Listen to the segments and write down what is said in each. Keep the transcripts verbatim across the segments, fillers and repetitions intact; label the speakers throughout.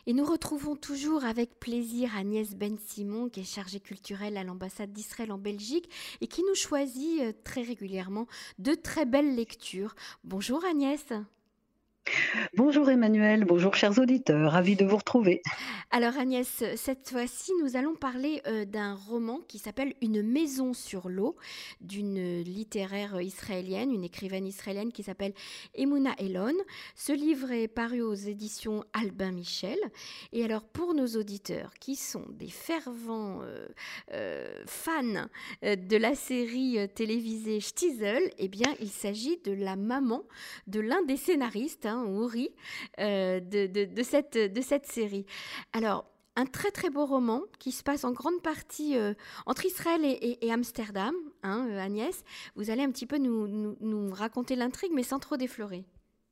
Speaker 1: Et nous retrouvons toujours avec plaisir Agnès Ben-Simon, qui est chargée culturelle à l'ambassade d'Israël en Belgique et qui nous choisit euh, très régulièrement de très belles lectures. Bonjour Agnès.
Speaker 2: Bonjour Emmanuel, bonjour chers auditeurs, ravi de vous retrouver.
Speaker 1: Alors Agnès, cette fois-ci, nous allons parler euh, d'un roman qui s'appelle Une maison sur l'eau, d'une littéraire israélienne, une écrivaine israélienne qui s'appelle Emouna Elon. Ce livre est paru aux éditions Albin Michel. Et alors pour nos auditeurs qui sont des fervents euh, euh, fans euh, de la série euh, télévisée Shtisel, eh bien il s'agit de la maman de l'un des scénaristes, hein, Uri, euh, de, de, de, cette, de cette série. Alors, un très très beau roman qui se passe en grande partie euh, entre Israël et, et, et Amsterdam, hein, euh, Agnès. Vous allez un petit peu nous, nous, nous raconter l'intrigue, mais sans trop déflorer.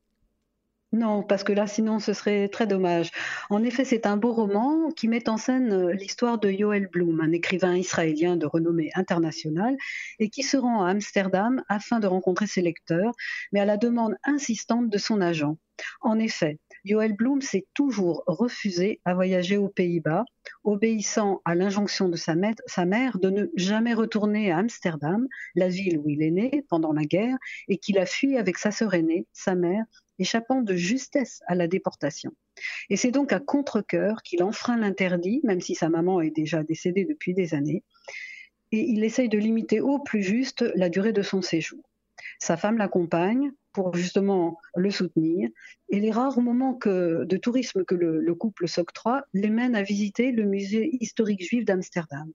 Speaker 2: Non, parce que là, sinon, ce serait très dommage. En effet, c'est un beau roman qui met en scène euh, l'histoire de Yoel Bloom, un écrivain israélien de renommée internationale, et qui se rend à Amsterdam afin de rencontrer ses lecteurs, mais à la demande insistante de son agent. En effet, Yoel Bloom s'est toujours refusé à voyager aux Pays-Bas, obéissant à l'injonction de sa, maître- sa mère de ne jamais retourner à Amsterdam, la ville où il est né pendant la guerre, et qu'il a fui avec sa sœur aînée, sa mère, échappant de justesse à la déportation. Et c'est donc à contre-cœur qu'il enfreint l'interdit, même si sa maman est déjà décédée depuis des années, et il essaye de limiter au plus juste la durée de son séjour. Sa femme l'accompagne pour justement le soutenir, et les rares moments que, de tourisme que le, le couple s'octroie les mènent à visiter le musée historique juif d'Amsterdam.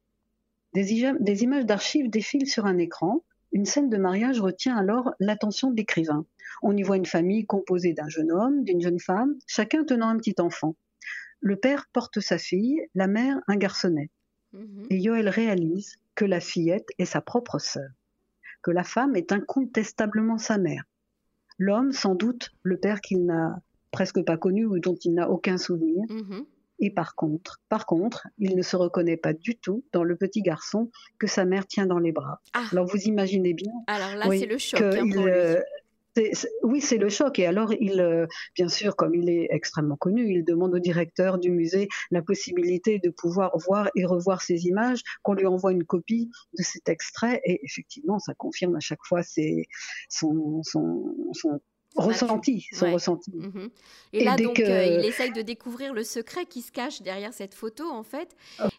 Speaker 2: Des, des images d'archives défilent sur un écran. Une scène de mariage retient alors l'attention de l'écrivain. On y voit une famille composée d'un jeune homme, d'une jeune femme, chacun tenant un petit enfant. Le père porte sa fille, la mère un garçonnet.
Speaker 1: Mhm.
Speaker 2: Et Yoël réalise que la fillette est sa propre sœur, que la femme est incontestablement sa mère. L'homme, sans doute, le père qu'il n'a presque pas connu ou dont il n'a aucun souvenir.
Speaker 1: Mhm.
Speaker 2: Et par contre, par contre, il ne se reconnaît pas du tout dans le petit garçon que sa mère tient dans les bras.
Speaker 1: Ah,
Speaker 2: Alors vous imaginez bien,
Speaker 1: alors là, c'est
Speaker 2: oui,
Speaker 1: le choc, hein,
Speaker 2: qu'il,
Speaker 1: pour lui.
Speaker 2: euh, c'est- c'est- oui, c'est le choc. Et alors, il, euh, bien sûr, comme il est extrêmement connu, il demande au directeur du musée la possibilité de pouvoir voir et revoir ces images, qu'on lui envoie une copie de cet extrait. Et effectivement, ça confirme à chaque fois ses- son, son, son
Speaker 1: Son accueil.
Speaker 2: ressenti, son
Speaker 1: Ouais.
Speaker 2: ressenti.
Speaker 1: Mhm. Et
Speaker 2: Et
Speaker 1: là,
Speaker 2: dès
Speaker 1: donc, euh, il
Speaker 2: que,
Speaker 1: essaye de découvrir le secret qui se cache derrière cette photo, en fait.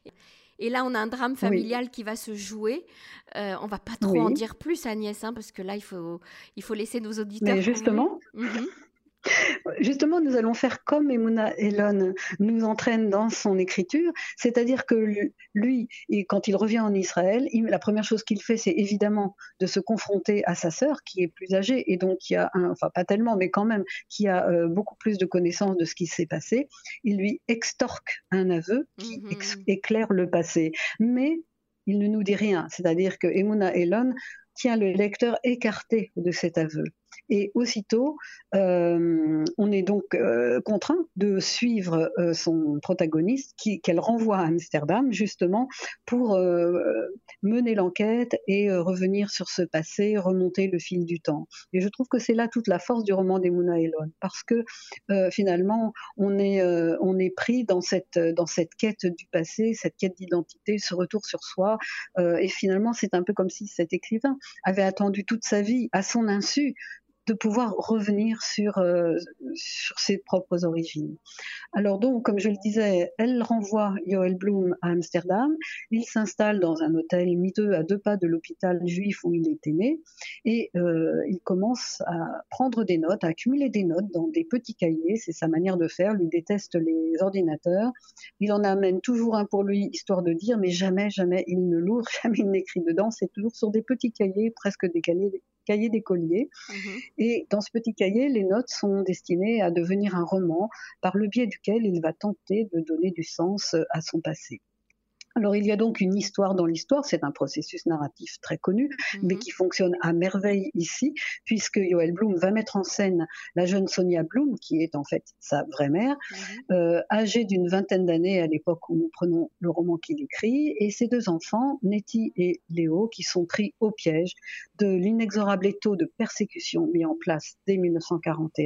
Speaker 1: Et là, on a un drame
Speaker 2: oui,
Speaker 1: familial qui va se jouer. Euh, on va pas trop en
Speaker 2: oui,
Speaker 1: dire plus, Agnès, hein, parce que là, il faut, il faut laisser nos
Speaker 2: mais
Speaker 1: auditeurs couvrir.
Speaker 2: justement,
Speaker 1: Mhm.
Speaker 2: Justement, nous allons faire comme Emouna Elon nous entraîne dans son écriture, c'est-à-dire que lui, quand il revient en Israël, la première chose qu'il fait, c'est évidemment de se confronter à sa sœur, qui est plus âgée et donc qui a, un, enfin pas tellement, mais quand même, qui a euh, beaucoup plus de connaissances de ce qui s'est passé. Il lui extorque un aveu qui
Speaker 1: Mhm.
Speaker 2: éclaire le passé, mais il ne nous dit rien, c'est-à-dire que Emouna Elon tient le lecteur écarté de cet aveu. Et aussitôt, euh, on est donc euh, contraint de suivre euh, son protagoniste qui, qu'elle renvoie à Amsterdam justement pour euh, mener l'enquête et euh, revenir sur ce passé, remonter le fil du temps. Et je trouve que c'est là toute la force du roman d'Emouna Elon, parce que euh, finalement on est, euh, on est pris dans cette, dans cette quête du passé, cette quête d'identité, ce retour sur soi, euh, et finalement c'est un peu comme si cet écrivain avait attendu toute sa vie à son insu de pouvoir revenir sur, euh, sur ses propres origines. Alors donc, comme je le disais, elle renvoie Yoel Bloom à Amsterdam. Il s'installe dans un hôtel miteux à deux pas de l'hôpital juif où il était né. Et euh, il commence à prendre des notes, à accumuler des notes dans des petits cahiers. C'est sa manière de faire. Lui déteste les ordinateurs. Il en amène toujours un pour lui, histoire de dire, mais jamais, jamais il ne l'ouvre, jamais il n'écrit dedans. C'est toujours sur des petits cahiers, presque des cahiers, cahiers d'écolier.
Speaker 1: Mhm.
Speaker 2: Et dans ce petit cahier, les notes sont destinées à devenir un roman par le biais duquel il va tenter de donner du sens à son passé. Alors il y a donc une histoire dans l'histoire, c'est un processus narratif très connu, mais
Speaker 1: Mhm.
Speaker 2: qui fonctionne à merveille ici, puisque Yoel Bloom va mettre en scène la jeune Sonia Bloom, qui est en fait sa vraie mère,
Speaker 1: Mhm.
Speaker 2: euh, âgée d'une vingtaine d'années à l'époque où nous prenons le roman qu'il écrit, et ses deux enfants, Nettie et Léo, qui sont pris au piège de l'inexorable étau de persécution mis en place dès mille neuf cent quarante et un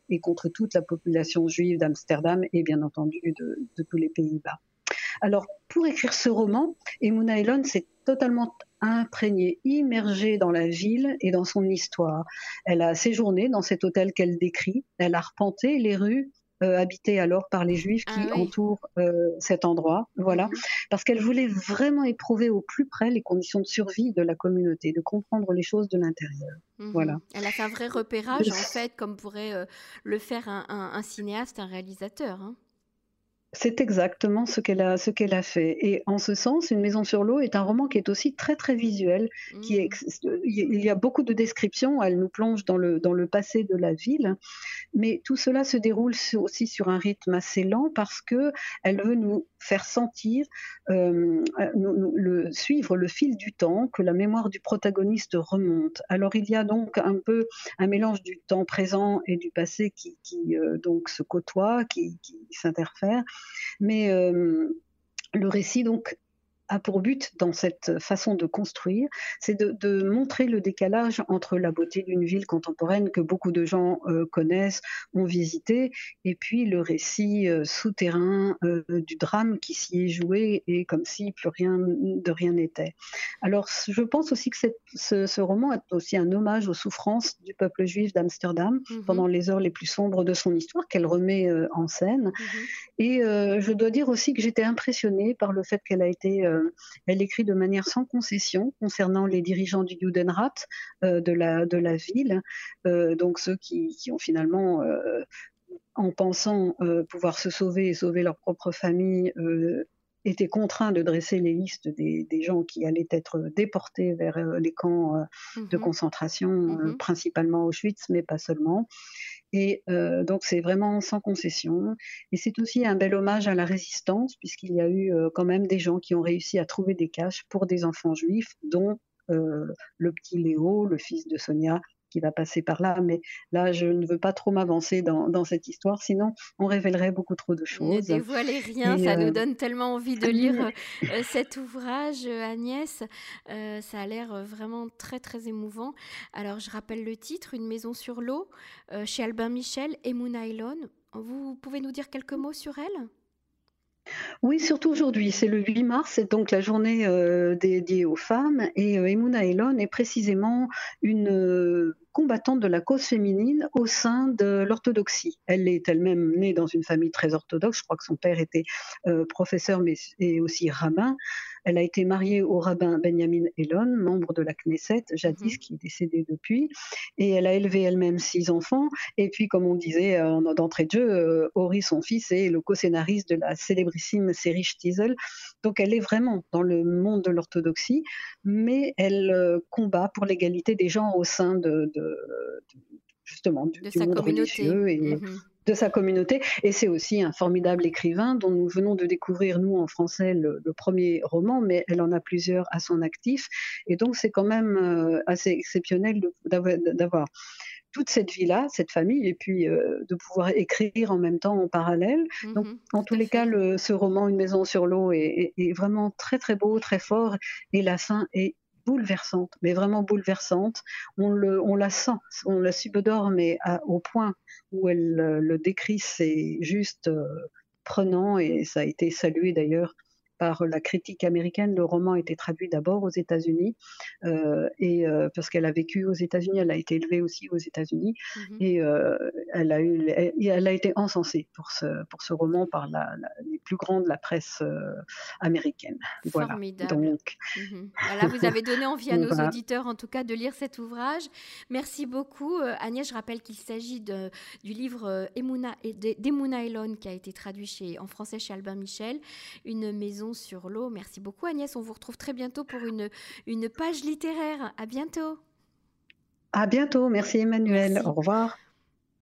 Speaker 2: et contre toute la population juive d'Amsterdam et bien entendu de, de tous les Pays-Bas. Alors, pour écrire ce roman, Emouna Elon s'est totalement imprégnée, immergée dans la ville et dans son histoire. Elle a séjourné dans cet hôtel qu'elle décrit, elle a arpenté les rues euh, habitées alors par les Juifs qui
Speaker 1: Ah oui.
Speaker 2: entourent euh, cet endroit, voilà,
Speaker 1: Mhm.
Speaker 2: parce qu'elle voulait vraiment éprouver au plus près les conditions de survie de la communauté, de comprendre les choses de l'intérieur.
Speaker 1: Mhm.
Speaker 2: Voilà.
Speaker 1: Elle a fait un vrai repérage, en fait, comme pourrait euh, le faire un, un- un cinéaste, un réalisateur. Hein.
Speaker 2: C'est exactement ce qu'elle a ce qu'elle a fait et en ce sens, Une maison sur l'eau est un roman qui est aussi très, très visuel, qui est
Speaker 1: Mhm.
Speaker 2: ex il y a beaucoup de descriptions, elle nous plonge dans le dans le passé de la ville, mais tout cela se déroule su- aussi sur un rythme assez lent parce que elle veut nous faire sentir, euh, nous- nous- le, suivre le fil du temps, que la mémoire du protagoniste remonte. Alors il y a donc un peu un mélange du temps présent et du passé qui, qui, euh, donc se côtoient, qui, qui s'interfèrent, mais euh, le récit donc a pour but, dans cette façon de construire, c'est de, de montrer le décalage entre la beauté d'une ville contemporaine que beaucoup de gens euh, connaissent, ont visité, et puis le récit euh, souterrain euh, du drame qui s'y est joué, et comme si plus rien de rien n'était. Alors, je pense aussi que cette, ce, ce roman est aussi un hommage aux souffrances du peuple juif d'Amsterdam
Speaker 1: Mhm.
Speaker 2: pendant les heures les plus sombres de son histoire qu'elle remet euh, en scène.
Speaker 1: Mhm.
Speaker 2: Et euh, je dois dire aussi que j'étais impressionnée par le fait qu'elle a été, euh, elle écrit de manière sans concession concernant les dirigeants du Judenrat euh, de la de la ville, euh, donc ceux qui, qui ont finalement, euh, en pensant euh, pouvoir se sauver et sauver leur propre famille, euh, étaient contraints de dresser les listes des, des gens qui allaient être déportés vers euh, les camps euh, de
Speaker 1: Mhm.
Speaker 2: concentration, euh,
Speaker 1: Mhm.
Speaker 2: principalement Auschwitz, mais pas seulement. Et euh, donc c'est vraiment sans concession. Et c'est aussi un bel hommage à la résistance, puisqu'il y a eu euh, quand même des gens qui ont réussi à trouver des caches pour des enfants juifs, dont euh, le petit Léo, le fils de Sonia, qui va passer par là. Mais là, je ne veux pas trop m'avancer dans, dans cette histoire, sinon on révélerait beaucoup trop de
Speaker 1: Ne
Speaker 2: choses.
Speaker 1: dévoilez rien,
Speaker 2: Et
Speaker 1: ça nous
Speaker 2: euh,
Speaker 1: donne tellement envie de lire euh, euh, cet ouvrage, euh, Agnès. Euh, ça a l'air euh, vraiment très très émouvant. Alors je rappelle le titre, Une maison sur l'eau, euh, chez Albin Michel et Mouna Elon. Vous pouvez nous dire quelques mots sur elle?
Speaker 2: Oui, surtout aujourd'hui, c'est le huit mars, c'est donc la journée euh, dédiée aux femmes, et euh, Emouna Elon est précisément une euh, combattante de la cause féminine au sein de l'orthodoxie. Elle est elle-même née dans une famille très orthodoxe, je crois que son père était euh, professeur mais et aussi rabbin. Elle a été mariée au rabbin Benjamin Elon, membre de la Knesset,
Speaker 1: Mhm.
Speaker 2: jadis, qui est décédé depuis, et elle a élevé elle-même six enfants. Et puis, comme on disait euh, d'entrée de jeu, euh, Ori, son fils, est le co-scénariste de la célébrissime série Shtisel. Donc, elle est vraiment dans le monde de l'orthodoxie, mais elle euh, combat pour l'égalité des genres au sein de, de, de- justement du,
Speaker 1: De
Speaker 2: du
Speaker 1: sa
Speaker 2: monde
Speaker 1: communauté.
Speaker 2: religieux et
Speaker 1: Mhm.
Speaker 2: de sa communauté. Et c'est aussi un formidable écrivain dont nous venons de découvrir, nous, en français, le, le premier roman, mais elle en a plusieurs à son actif. Et donc, c'est quand même euh, assez exceptionnel de- d'avoir d'avoir toute cette vie-là, cette famille, et puis euh, de pouvoir écrire en même temps en parallèle. Donc,
Speaker 1: Mhm.
Speaker 2: en
Speaker 1: Tout
Speaker 2: tous
Speaker 1: à
Speaker 2: les cas,
Speaker 1: fait.
Speaker 2: le, ce roman, Une maison sur l'eau, est, est- est vraiment très très beau, très fort, et la fin est bouleversante, mais vraiment bouleversante. On, le, on la sent, on la subodore, mais à- au point où elle euh, le décrit, c'est juste euh, prenant, et ça a été salué d'ailleurs par la critique américaine. Le roman a été traduit d'abord aux États-Unis, euh, et euh, parce qu'elle a vécu aux États-Unis, elle a été élevée aussi aux États-Unis,
Speaker 1: Mhm.
Speaker 2: et euh, elle a eu, elle, elle a été encensée pour ce pour ce roman par la, la- les plus grands de la presse euh, américaine. Voilà.
Speaker 1: Formidable.
Speaker 2: Donc,
Speaker 1: Mhm. Voilà, vous avez donné envie à
Speaker 2: donc
Speaker 1: nos
Speaker 2: voilà.
Speaker 1: auditeurs, en tout cas, de lire cet ouvrage. Merci beaucoup. Euh, Agnès, je rappelle qu'il s'agit de- du livre euh, Emouna, et- de- d'Emouna Elon, qui a été traduit chez, en français chez Albin Michel, Une maison sur l'eau. Merci beaucoup, Agnès. On vous retrouve très bientôt pour une, une page littéraire. À bientôt.
Speaker 2: À bientôt. Merci Emmanuel. Au
Speaker 1: Merci.
Speaker 2: revoir.